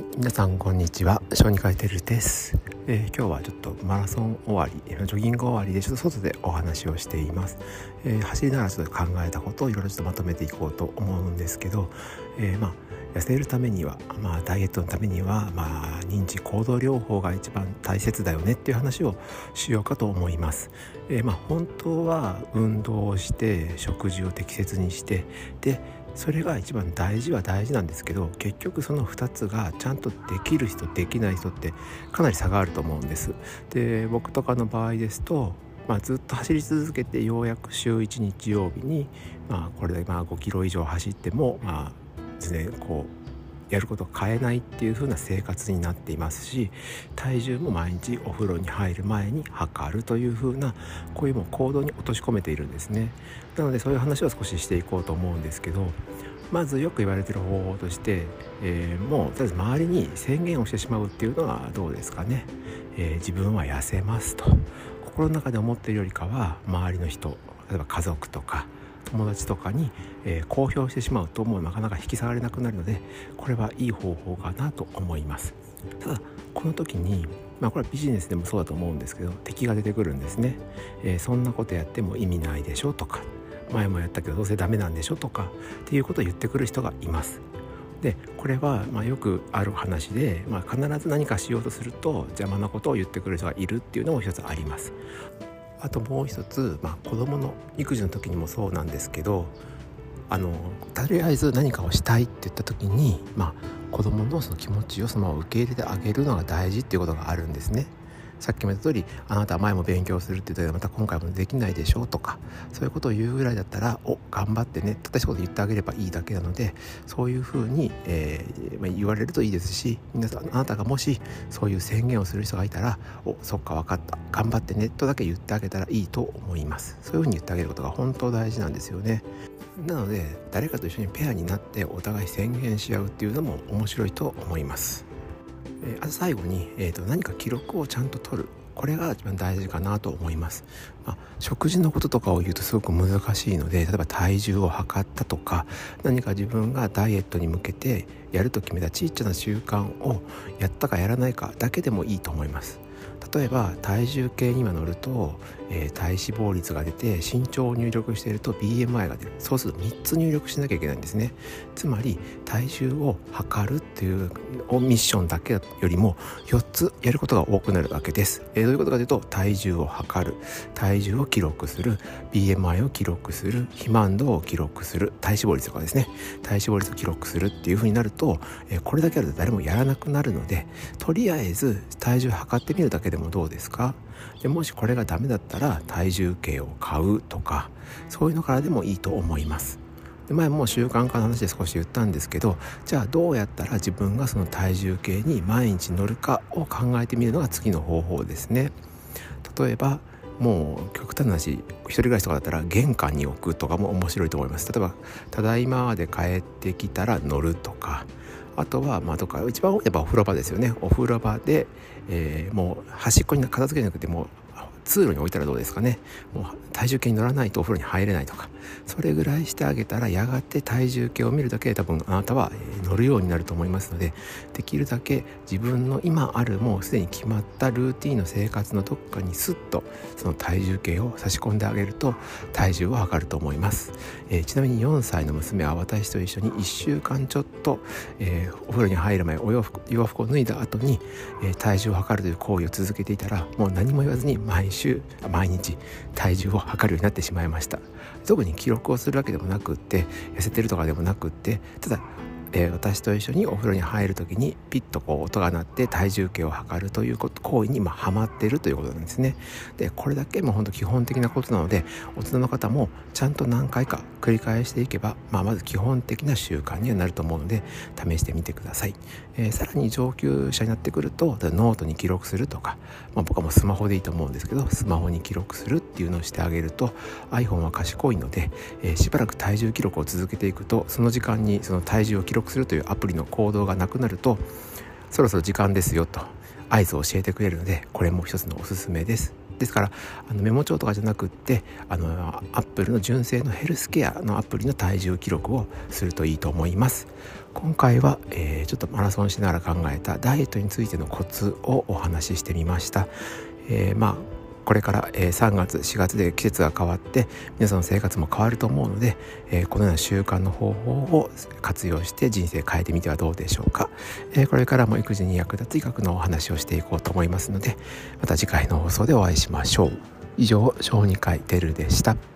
皆さんこんにちは。小児科医てるです。今日はちょっとマラソン終わり、ジョギング終わりでちょっと外でお話をしています。走りながらちょっと考えたことをいろいろちょっとまとめていこうと思うんですけど、痩せるためには、ダイエットのためには、認知行動療法が一番大切だよねっていう話をしようかと思います。本当は運動をして食事を適切にしてでそれが一番大事なんですけど、結局その2つがちゃんとできる人できない人ってかなり差があると思うんです。で、僕とかの場合ですと、ずっと走り続けてようやく週1日曜日に、これで5キロ以上走っても全然やることを変えないっていう風な生活になっていますし、体重も毎日お風呂に入る前に測るという風なこういう行動に落とし込めているんですね。なのでそういう話を少ししていこうと思うんですけど、まずよく言われている方法として、もうとりあえず周りに宣言をしてしまうっていうのはどうですかね。自分は痩せますと心の中で思っているよりかは、周りの人、例えば家族とか友達とかに、公表してしまうともうなかなか引き下がれなくなるので、これはいい方法かなと思います。ただこの時に、これはビジネスでもそうだと思うんですけど、敵が出てくるんですね。そんなことやっても意味ないでしょとか、前もやったけどどうせダメなんでしょとかっていうことを言ってくる人がいます。でこれはよくある話で、必ず何かしようとすると邪魔なことを言ってくる人がいるっていうのも一つあります。あともう一つ、子供の育児の時にもそうなんですけど、とりあえず何かをしたいって言った時に、子供のその気持ちをそのまま受け入れてあげるのが大事っていうことがあるんですね。さっきも言った通り、あなたは前も勉強するって言ったけどまた今回もできないでしょとか、そういうことを言うぐらいだったら頑張ってね、たった一言言ってあげればいいだけなので、そういうふうに、言われるといいですし、皆さんあなたがもしそういう宣言をする人がいたら、そっか分かった、頑張ってねとだけ言ってあげたらいいと思います。そういうふうに言ってあげることが本当大事なんですよね。なので誰かと一緒にペアになってお互い宣言し合うっていうのも面白いと思います。あと最後に、何か記録をちゃんと取る、これが一番大事かなと思います。食事のこととかを言うとすごく難しいので、例えば体重を測ったとか、何か自分がダイエットに向けてやると決めた小さな習慣をやったかやらないかだけでもいいと思います。例えば体重計に乗ると、体脂肪率が出て、身長を入力していると BMI が出る。そうすると3つ入力しなきゃいけないんですね。つまり体重を測るっていうミッションだけよりも4つやることが多くなるわけです。どういうことかというと、体重を測る、体重を記録する、 BMI を記録する、肥満度を記録する、体脂肪率とかですね、体脂肪率を記録するっていう風になると、これだけあると誰もやらなくなるので、とりあえず体重測ってみるだけでもどうですか。でもしこれがダメだったら体重計を買うとか、そういうのからでもいいと思います。で前も習慣化の話で少し言ったんですけど、じゃあどうやったら自分がその体重計に毎日乗るかを考えてみるのが次の方法ですね。例えばもう極端な話、一人暮らしとかだったら玄関に置くとかも面白いと思います。例えばただいまで帰ってきたら乗るとか、あとはとか一番多いのはお風呂場ですよね。お風呂場で、もう端っこに片付けなくても通路に置いたらどうですかね。もう体重計に乗らないとお風呂に入れないとか、それぐらいしてあげたら、やがて体重計を見るだけで多分あなたは乗るようになると思いますので、できるだけ自分の今あるもうすでに決まったルーティンの生活のどっかにスッとその体重計を差し込んであげると体重を測ると思います。ちなみに4歳の娘は私と一緒に1週間ちょっと、お風呂に入る前洋服を脱いだ後に、体重を測るという行為を続けていたら、もう何も言わずに毎日体重を測るようになってしまいました。特に記録をするわけでもなくって、痩せてるとかでもなくって、ただ私と一緒にお風呂に入るときにピッと音が鳴って体重計を測るという行為にハマっているということなんですね。でこれだけも本当基本的なことなので、大人の方もちゃんと何回か繰り返していけば、まず基本的な習慣にはなると思うので試してみてください。さらに上級者になってくるとノートに記録するとか、僕はもうスマホでいいと思うんですけど、スマホに記録するっていうのをしてあげると iPhone は賢いので、しばらく体重記録を続けていくと、その時間にその体重を記録するというアプリの行動がなくなると、そろそろ時間ですよと合図を教えてくれるので、これも一つのおすすめです。 ですからメモ帳とかじゃなくってアップルの純正のヘルスケアのアプリの体重記録をするといいと思います。今回は、ちょっとマラソンしながら考えたダイエットについてのコツをお話ししてみました。これから、3月4月で季節が変わって皆さんの生活も変わると思うので、このような習慣の方法を活用して人生変えてみてはどうでしょうか。これからも育児に役立つ医学のお話をしていこうと思いますので、また次回の放送でお会いしましょう。以上、小児科医てるでした。